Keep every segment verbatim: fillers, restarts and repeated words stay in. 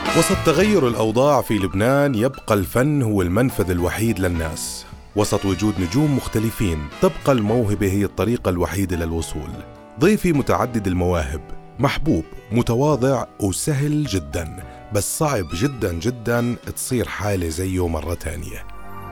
وسط تغير الأوضاع في لبنان يبقى الفن هو المنفذ الوحيد للناس. وسط وجود نجوم مختلفين تبقى الموهبة هي الطريقة الوحيدة للوصول. ضيفي متعدد المواهب، محبوب، متواضع وسهل جدا، بس صعب جدا جدا تصير حالة زيه مرة تانية.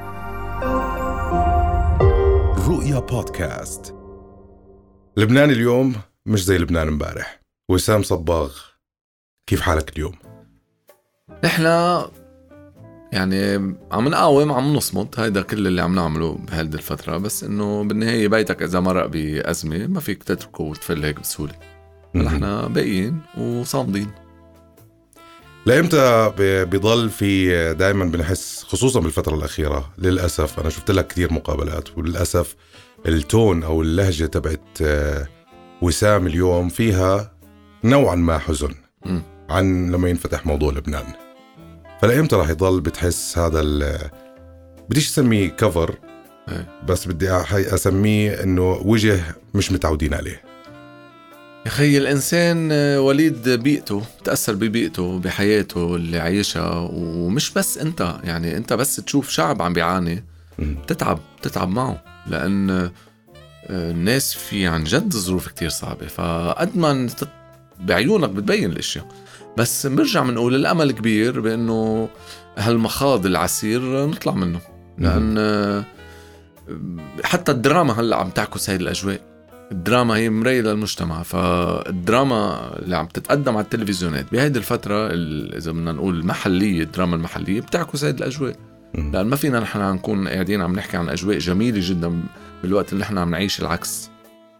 رؤيا بودكاست. لبنان اليوم مش زي لبنان امبارح. وسام صباغ، كيف حالك اليوم؟ احنا يعني عم نقاوم، عم نصمت، هيدا كل اللي عم نعمله بهذه الفترة. بس انه بالنهاية بيتك اذا مرق بأزمة ما فيك تتركه وتفل هيك بسهولة. نحن باقيين وصامدين. لإمتى بيضل في دائما بنحس، خصوصا بالفترة الأخيرة للأسف، أنا شفت لك كثير مقابلات وللأسف التون أو اللهجة تبعت وسام اليوم فيها نوعا ما حزن م. عن لما ينفتح موضوع لبنان. فلإمتى راح يضل بتحس هذا ال بديش أسميه كفر، بس بدي أسميه إنه وجه مش متعودين عليه؟ يا خي، الإنسان وليد بيئته، تأثر ببيئته بحياته اللي عايشها. ومش بس أنت، يعني أنت بس تشوف شعب عم بيعاني تتعب تتعب معه، لأن الناس في عن جد ظروف كتير صعبة. فقد ما بعيونك بتبين الاشياء، بس بنرجع منقول الامل كبير بانه هالمخاض العسير نطلع منه. لان حتى الدراما هلا عم تعكس هاي الاجواء. الدراما هي مراية للمجتمع، فالدراما اللي عم تتقدم على التلفزيونات بهيدي الفترة اذا بدنا نقول المحلية، الدراما المحلية بتعكس هاي الاجواء. لان ما فينا نحن نكون قاعدين عم نحكي عن اجواء جميلة جدا بالوقت اللي نحن عم نعيش العكس.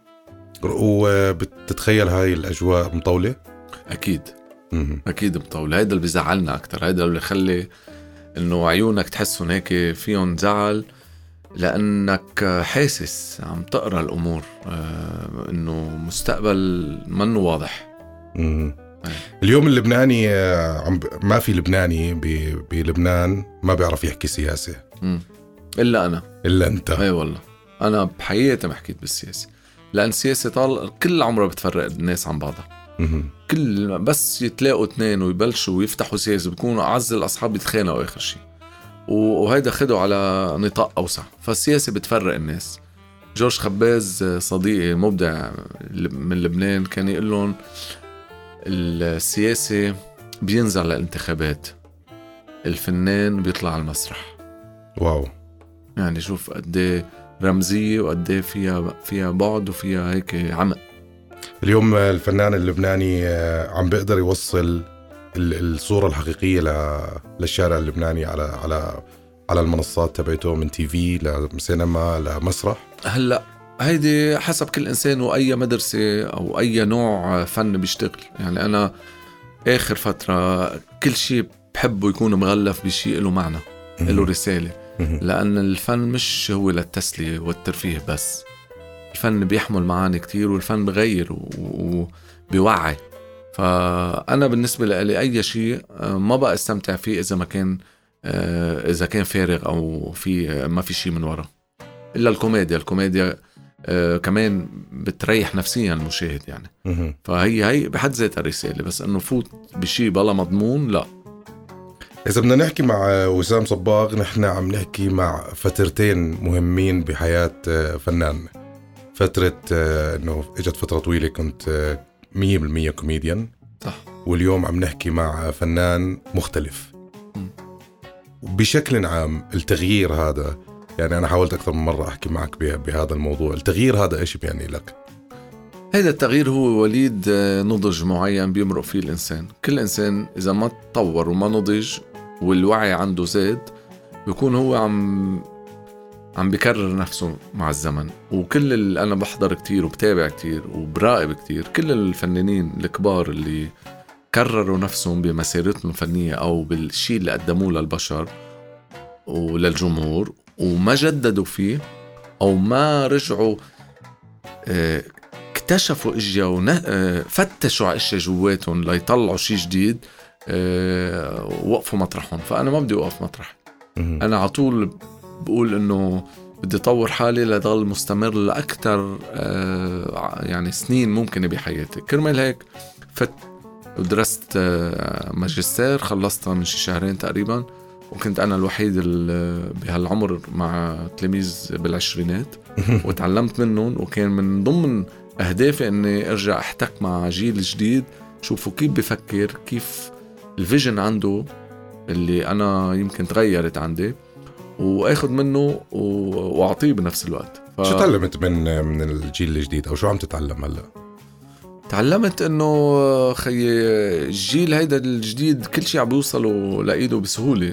وبتتخيل هاي الأجواء مطولة؟ أكيد م-م. أكيد مطولة. هيدا اللي بيزعلنا أكتر، هيدا اللي يخلي إنه عيونك تحسون هيك فيهم زعل، لأنك حاسس عم تقرأ الأمور آه إنه مستقبل منه واضح. م-م. اليوم اللبناني عم ما في لبناني بلبنان ما بيعرف يحكي سياسة. م. إلا أنا، إلا أنت. أي والله، أنا بحياتي ما حكيت بالسياسة، لأن السياسة طال كل عمرها بتفرق الناس عن بعضها. كل بس يتلاقوا اثنين ويبلشوا ويفتحوا سياسة بيكونوا أعز الأصحاب يتخانقوا آخر شيء، وهيدا خدوا على نطاق أوسع. فالسياسة بتفرق الناس. جورج خباز صديقي مبدع من لبنان كان يقول لهم السياسة بينزع للانتخابات، الفنان بيطلع على المسرح. واو، يعني شوف قد رمزية وقد فيها فيها بعد وفيها هيك عمق. اليوم الفنان اللبناني عم بيقدر يوصل الصورة الحقيقية للشارع اللبناني على على على المنصات تبعته، من تي في لسينما لمسرح. هلا هيدي حسب كل إنسان وأي مدرسة أو أي نوع فن بيشتغل. يعني أنا آخر فترة كل شيء بحبه يكون مغلف بشيء له معنى، له رسالة. لأن الفن مش هو للتسلية والترفيه بس، الفن بيحمل معاني كتير، والفن بغير وبيوعي. فأنا بالنسبة لي أي شيء ما بقى استمتع فيه إذا ما كان إذا كان فارغ أو في ما في شيء من وراء. إلا الكوميديا الكوميديا كمان بتريح نفسيا المشاهد يعني. فهي هي بحد ذاتها رسالة، بس إنه فوت بشيء بلا مضمون لا. إذا بدنا نحكي مع وسام صباغ، نحن عم نحكي مع فترتين مهمين بحياة فنان. فترة إنه إجت فترة طويلة كنت مية بالمية كوميديان، صح. واليوم عم نحكي مع فنان مختلف. م. بشكل عام التغيير هذا، يعني أنا حاولت أكثر من مرة أحكي معك بهذا الموضوع. التغيير هذا إيش بيعني لك؟ هذا التغيير هو وليد نضج معين بيمرق فيه الإنسان. كل إنسان إذا ما تطور وما نضج والوعي عنده زاد، بيكون هو عم عم بيكرر نفسه مع الزمن. وكل اللي أنا بحضر كتير وبتابع كتير وبراقب كتير، كل الفنانين الكبار اللي كرروا نفسهم بمسيرتهم الفنية أو بالشيء اللي قدموه للبشر وللجمهور وما جددوا فيه أو ما رجعوا اه اكتشفوا اشياء وفتشوا على اشياء جواتهم ليطلعوا شيء جديد، اه وقفوا مطرحهم. فأنا ما بدي أوقف مطرح. أنا على طول بقول إنه بدي أطور حالي لضل مستمر لأكتر اه يعني سنين ممكنة بحياتي. كرمال هيك فت ودرست آه، ماجستير خلصتها من شي شهرين تقريبا، وكنت أنا الوحيد بهالعمر مع تلاميذ بالعشرينات وتعلمت منهم. وكان من ضمن أهدافي أني أرجع أحتك مع جيل جديد، شوفوا كيف بفكر، كيف الفيجن عنده اللي أنا يمكن تغيرت عندي، وأخذ منه وأعطيه بنفس الوقت. ف... شو تعلمت من من الجيل الجديد، أو شو عم تتعلم هلأ؟ تعلمت انه خي الجيل هيدا الجديد كل شيء عم بيوصلوا لايده بسهوله.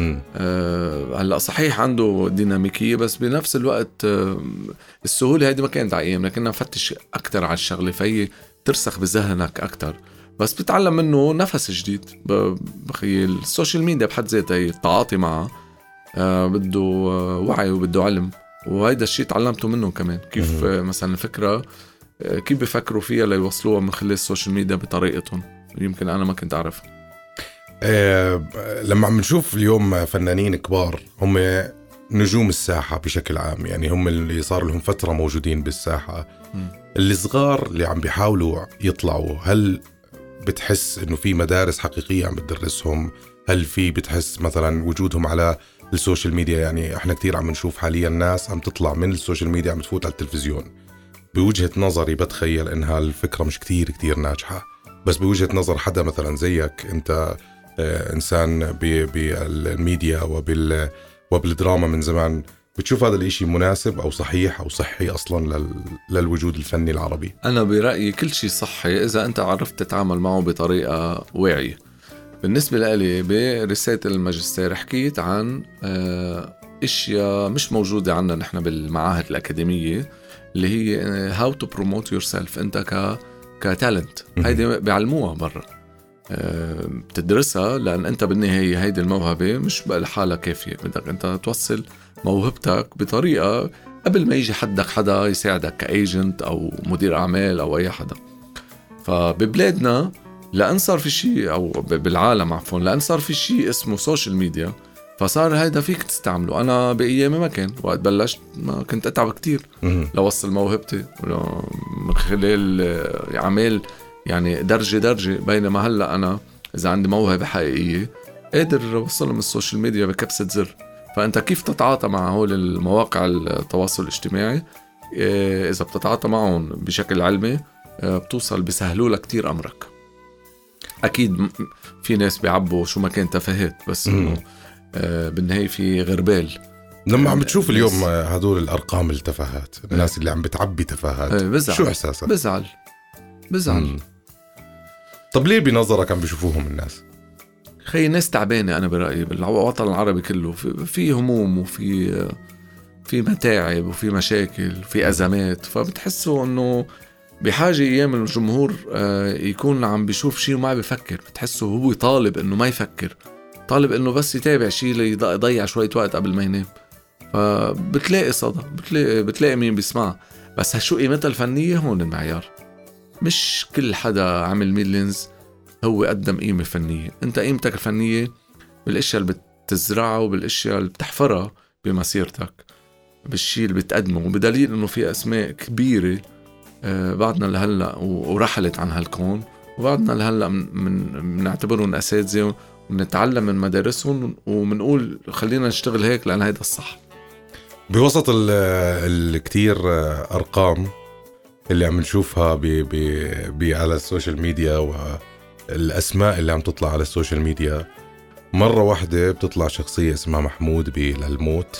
آه هلا صحيح عنده ديناميكيه، بس بنفس الوقت آه السهوله هيدي ما كانت على ايامنا، كنا نفتش اكثر على الشغله فهي ترسخ بذهنك اكثر. بس بتعلم منه نفس جديد. بخي السوشيال ميديا بحد ذاتها التعاطي معها آه بده وعي وبده علم، وهيدا الشيء تعلمته منه كمان. كيف آه مثلا الفكره كيف بيفكروا فيها ليوصلوها من خلال السوشيال ميديا بطريقتهم يمكن أنا ما كنت أعرف. أه لما عم نشوف اليوم فنانين كبار هم نجوم الساحة بشكل عام، يعني هم اللي صار لهم فترة موجودين بالساحة، م. اللي صغار اللي عم بيحاولوا يطلعوا، هل بتحس إنه في مدارس حقيقية عم بتدرسهم؟ هل في بتحس مثلا وجودهم على السوشيال ميديا؟ يعني احنا كتير عم نشوف حاليا ناس عم تطلع من السوشيال ميديا عم تفوت على التلفزيون. بوجهة نظري بتخيل إنها الفكرة مش كتير كتير ناجحة، بس بوجهة نظر حدا مثلا زيك أنت آه إنسان بالميديا وبال وبالدراما من زمان، بتشوف هذا الإشي مناسب أو صحيح أو صحي أصلا لل... للوجود الفني العربي؟ أنا برأيي كل شيء صحي إذا أنت عرفت تتعامل معه بطريقة واعية. بالنسبة لي برسالة الماجستير حكيت عن آه إشياء مش موجودة عنا نحن بالمعاهد الأكاديمية، اللي هي how to promote yourself. انت ك كتالنت هيدي بيعلموها برا، أه بتدرسها، لان انت بالنهايه هيدي الموهبه مش بقى لحالها كافيه، بدك انت توصل موهبتك بطريقه قبل ما يجي حدك حدا يساعدك كايجنت او مدير اعمال او اي حدا. فببلادنا لان صار في شيء، او بالعالم عفوا لان صار في شيء اسمه سوشيال ميديا، فصار هيدا فيك تستعمله. أنا بأيامي ما كان، وقت بلشت ما كنت أتعب كتير لوصل موهبتي من خلال عمل يعني درجة درجة، بينما هلأ أنا إذا عندي موهبة حقيقية قادر أوصلها من السوشيال ميديا بكبسة زر. فأنت كيف تتعاطى مع هول المواقع التواصل الاجتماعي؟ إذا بتتعاطى معهم بشكل علمي بتوصل بسهلوا لك كتير أمرك. أكيد في ناس بيعبوا شو ما كان تفاهات، بس إنه آه بالنهاية في غربال. لما عم بتشوف اليوم هدول الأرقام التفاهات، الناس آه. اللي عم بتعبي تفاهات، آه شو إحساسك؟ بزعل بزعل مم. طب ليه بنظرك عم بيشوفوهم الناس؟ خي ناس تعبانة أنا برأيي بالوطن العربي كله، في, في هموم وفي في متاعب وفي مشاكل وفي أزمات، فبتحسوا أنه بحاجة أيام الجمهور آه يكون عم بيشوف شيء وما بيفكر. بتحسوا هو طالب أنه ما يفكر، طالب انه بس يتابع شيء ليضيع شوية وقت قبل ما ينام. فبتلاقي صدى، بتلاقي بتلاقي مين بيسمع. بس هشو قيمتها الفنية هون المعيار، مش كل حدا عمل ميليونز هو قدم قيمة فنية. انت قيمتك الفنية بالاشياء اللي بتزرعها وبالاشياء اللي بتحفرها بمسيرتك، بالشيء اللي بتقدمه. وبدليل انه في اسماء كبيرة آه بعدنا لهلا ورحلت عن هالكون، وبعدنا لهلا من نعتبرهم اساتذة ونتعلم من مدارسهم ومنقول خلينا نشتغل هيك لأن هيدا الصح. بوسط الكتير أرقام اللي عم نشوفها بي بي بي على السوشيال ميديا والأسماء اللي عم تطلع على السوشيال ميديا، مرة واحدة بتطلع شخصية اسمها محمود بالموت،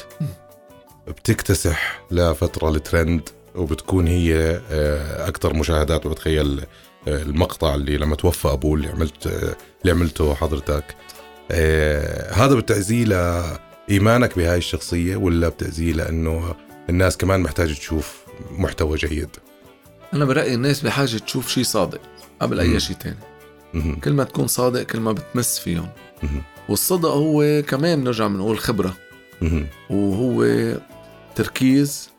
بتكتسح لفترة الترند وبتكون هي أكتر مشاهدات. وبتخيل المقطع اللي لما توفى أبوه اللي عملت اللي عملته حضرتك، آه هذا بتعزيه لإيمانك بهاي الشخصية، ولا بتعزيه لأنه الناس كمان محتاجة تشوف محتوى جيد؟ أنا برأيي الناس بحاجة تشوف شيء صادق قبل أي شيء تاني. م- كل ما تكون صادق كل ما بتمس فيهم. م- والصدق هو كمان نرجع بنقول خبرة، م- وهو تركيز،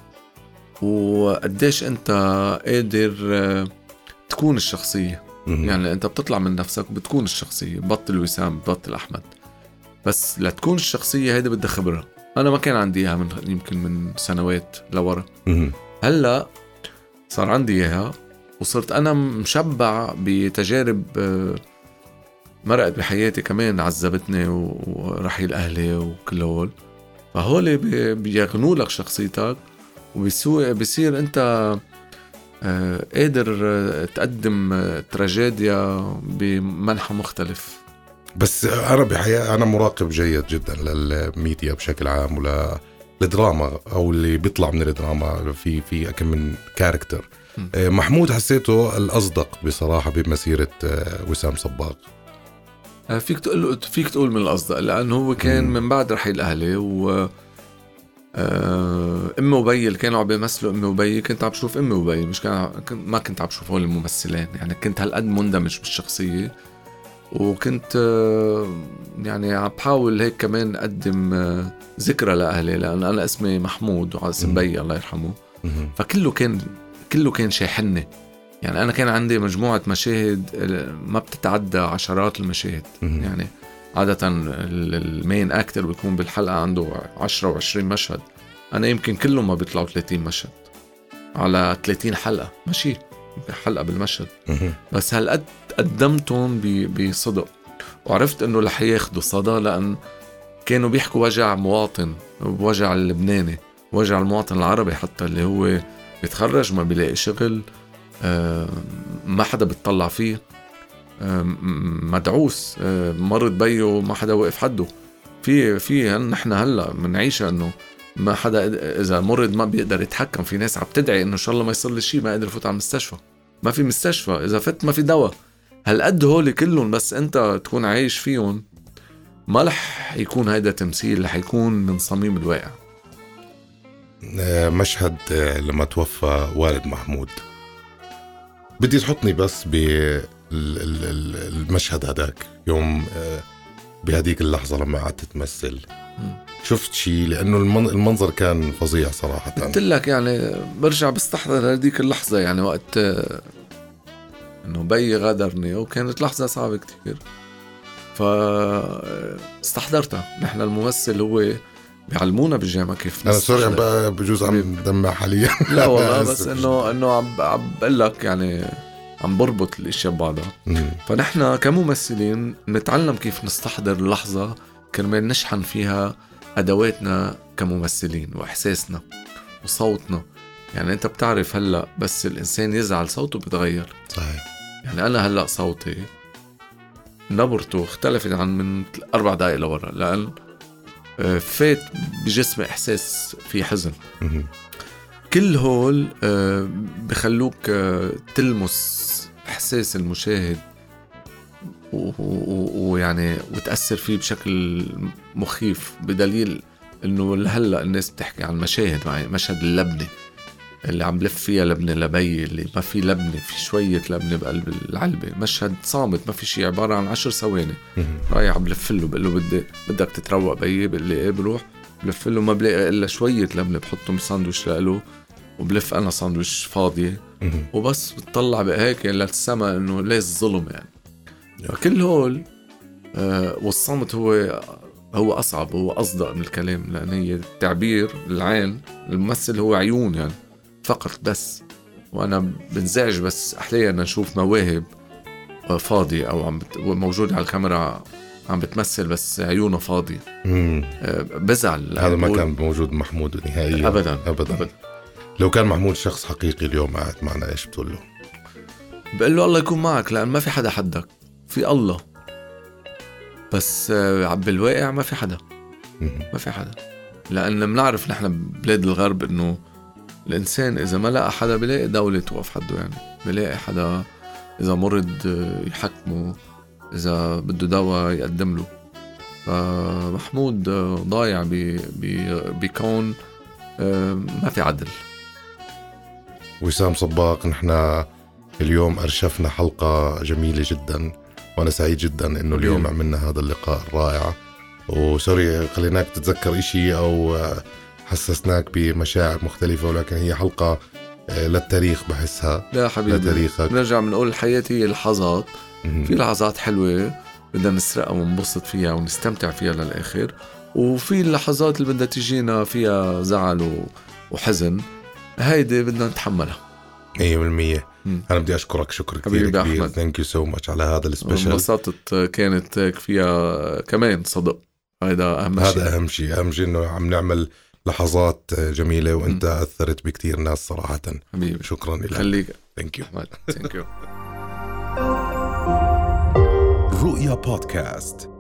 وقديش أنت قادر تكون الشخصية. مم. يعني أنت بتطلع من نفسك وبتكون الشخصية، بطل وسام بطل أحمد، بس لتكون الشخصية هيدا بدها خبرة. أنا ما كان عندي إياها من يمكن من سنوات لورا. مم. هلأ صار عندي إياها، وصرت أنا مشبع بتجارب مرقت بحياتي كمان عذبتني ورحيل أهلي وكل هول. فهول بيغنوا لك شخصيتك وبيصير أنت قادر تقدم تراجيديا بمنحى مختلف. بس أنا بحقيقة أنا مراقب جيد جدا للميديا بشكل عام ولا الدراما أو اللي بيطلع من الدراما في في أكم من كاركتر. محمود حسيته الأصدق بصراحة بمسيرة وسام صباغ. فيك تقول فيك تقول من الأصدق لأنه هو كان م. من بعد رحيل أهلي و أمي وبي اللي كانوا عم بيمثلوا أمي وبي كنت عم بشوف أمي وبي مش كان ما كنت عم بشوف هول الممثلين يعني كنت هالقد مندمج بالشخصية وكنت يعني عم بحاول هيك كمان أقدم ذكرى لأهلي لأن أنا اسمي محمود وعلى اسم بي الله يرحمه. فكله كان كله كان شاحنني يعني أنا كان عندي مجموعة مشاهد ما بتتعدى عشرات المشاهد يعني عادة المين أكتر بيكون بالحلقة عنده عشرة وعشرين مشهد أنا يمكن كلهم ما بيطلعوا ثلاثين مشهد على ثلاثين حلقة ماشي حلقة بالمشهد بس هالقد قدمتهم بصدق وعرفت أنه رح ياخدوا صدى لأن كانوا بيحكوا وجع مواطن وجع اللبناني وجع المواطن العربي حتى اللي هو بيتخرج ما بيلاقي شغل ما حدا بيتطلع فيه مدعوس مرض بيه ما حدا وقف حده في في نحن هلا بنعيشها انه ما حدا اذا مرض ما بيقدر يتحكم في ناس عم تدعي انه ان شاء الله ما يصير لي شيء ما قادر يفوت على المستشفى ما في مستشفى اذا فت ما في دواء هالقد هولي كلهم بس انت تكون عايش فيهم ما رح يكون هيدا تمثيل رح يكون من صميم الواقع. مشهد لما توفى والد محمود بدي تحطني بس بالمشهد هداك يوم بهديك اللحظة لما قعدت تمثل شفت شيء لأنه المنظر كان فظيع صراحة. قلت لك يعني برجع بستحضر هديك اللحظة يعني وقت إنه بي غادرني وكانت لحظة صعبة كتير فاستحضرتها. نحن الممثل هو بيعلمونا بالجامعة كيف أنا سوري بقى بجوز عم دمع حاليا لا والله بس إنه إنه عم عم بقول لك يعني عم بربط الاشياء ببعضها. فنحن كممثلين نتعلم كيف نستحضر اللحظة كرمال نشحن فيها ادواتنا كممثلين واحساسنا وصوتنا. يعني انت بتعرف هلا بس الانسان يزعل صوته بيتغير. صحيح. يعني انا هلا صوتي نبرته اختلفت عن من اربع دقائق لورا لان فات بجسمي احساس في حزن. كل هول بخلوك تلمس احساس المشاهد ويعني وتأثر فيه بشكل مخيف بدليل انه هلا الناس بتحكي عن مشاهد معي مشهد اللبنة اللي عم بلف فيها لبنة لبي اللي ما في لبنة في شوية لبنة بقلب العلبة مشهد صامت ما في شيء عبارة عن عشر ثواني رايح عم بلف له بقول له بدي بدك تتروق بي بقول لي ايه بروح بلف له ما بلاقي الا شوية لبنة بحطهم بساندويش لقله وبلف انا ساندويش فاضية وبس بتطلع بهيك للسما انه ليش الظلم يعني. فكل هول آه والصمت هو هو أصعب هو أصدق من الكلام لأن هي التعبير العين الممثل هو عيون يعني فقط بس. وأنا بنزعج بس أحيانا نشوف مواهب فاضية أو عم بت... موجود على الكاميرا عم بتمثل بس عيونه فاضية آه بزعل. هذا ما كان موجود محمود نهائيا أبداً. أبداً أبداً. لو كان محمود شخص حقيقي اليوم قاعد معنا إيش بتقول له؟ بقول له الله يكون معك لأن ما في حدا حدك في الله بس بالواقع ما في حدا ما في حدا لأن بنعرف نحن بلاد الغرب إنه الإنسان إذا ما لقى حدا بلاقي دولة توقف حده يعني بلاقي حدا إذا مرض يحكمه إذا بده دواء يقدم له. فمحمود ضايع بكون ما في عدل. وسام صباغ نحن اليوم أرشفنا حلقة جميلة جدا وأنا سعيد جدا إنه اليوم عملنا هذا اللقاء الرائع وسوري خليناك تتذكر إشي أو حسسناك بمشاعر مختلفة ولكن هي حلقة للتاريخ بحسها. لا حبيبي لتاريخك نرجع بنقول الحياة هي لحظات في لحظات حلوة بدنا نسرقها وننبسط فيها ونستمتع فيها للآخر وفي اللحظات اللي بدها تجينا فيها زعل وحزن هيدي بدنا نتحملها. مية بالمية. أنا بدي أشكرك شكر كثير كبير. Thank you so much على هذا السبيشل. انبسطت، كانت فيها كمان صدق، هذا أهم شيء. هذا أهم شيء، أهم شيء إنه عم نعمل لحظات جميلة وأنت م. أثرت بكتير ناس صراحة. حبيبي شكرا لك. خليك. Thank you. Thank you. رؤيا بودكاست.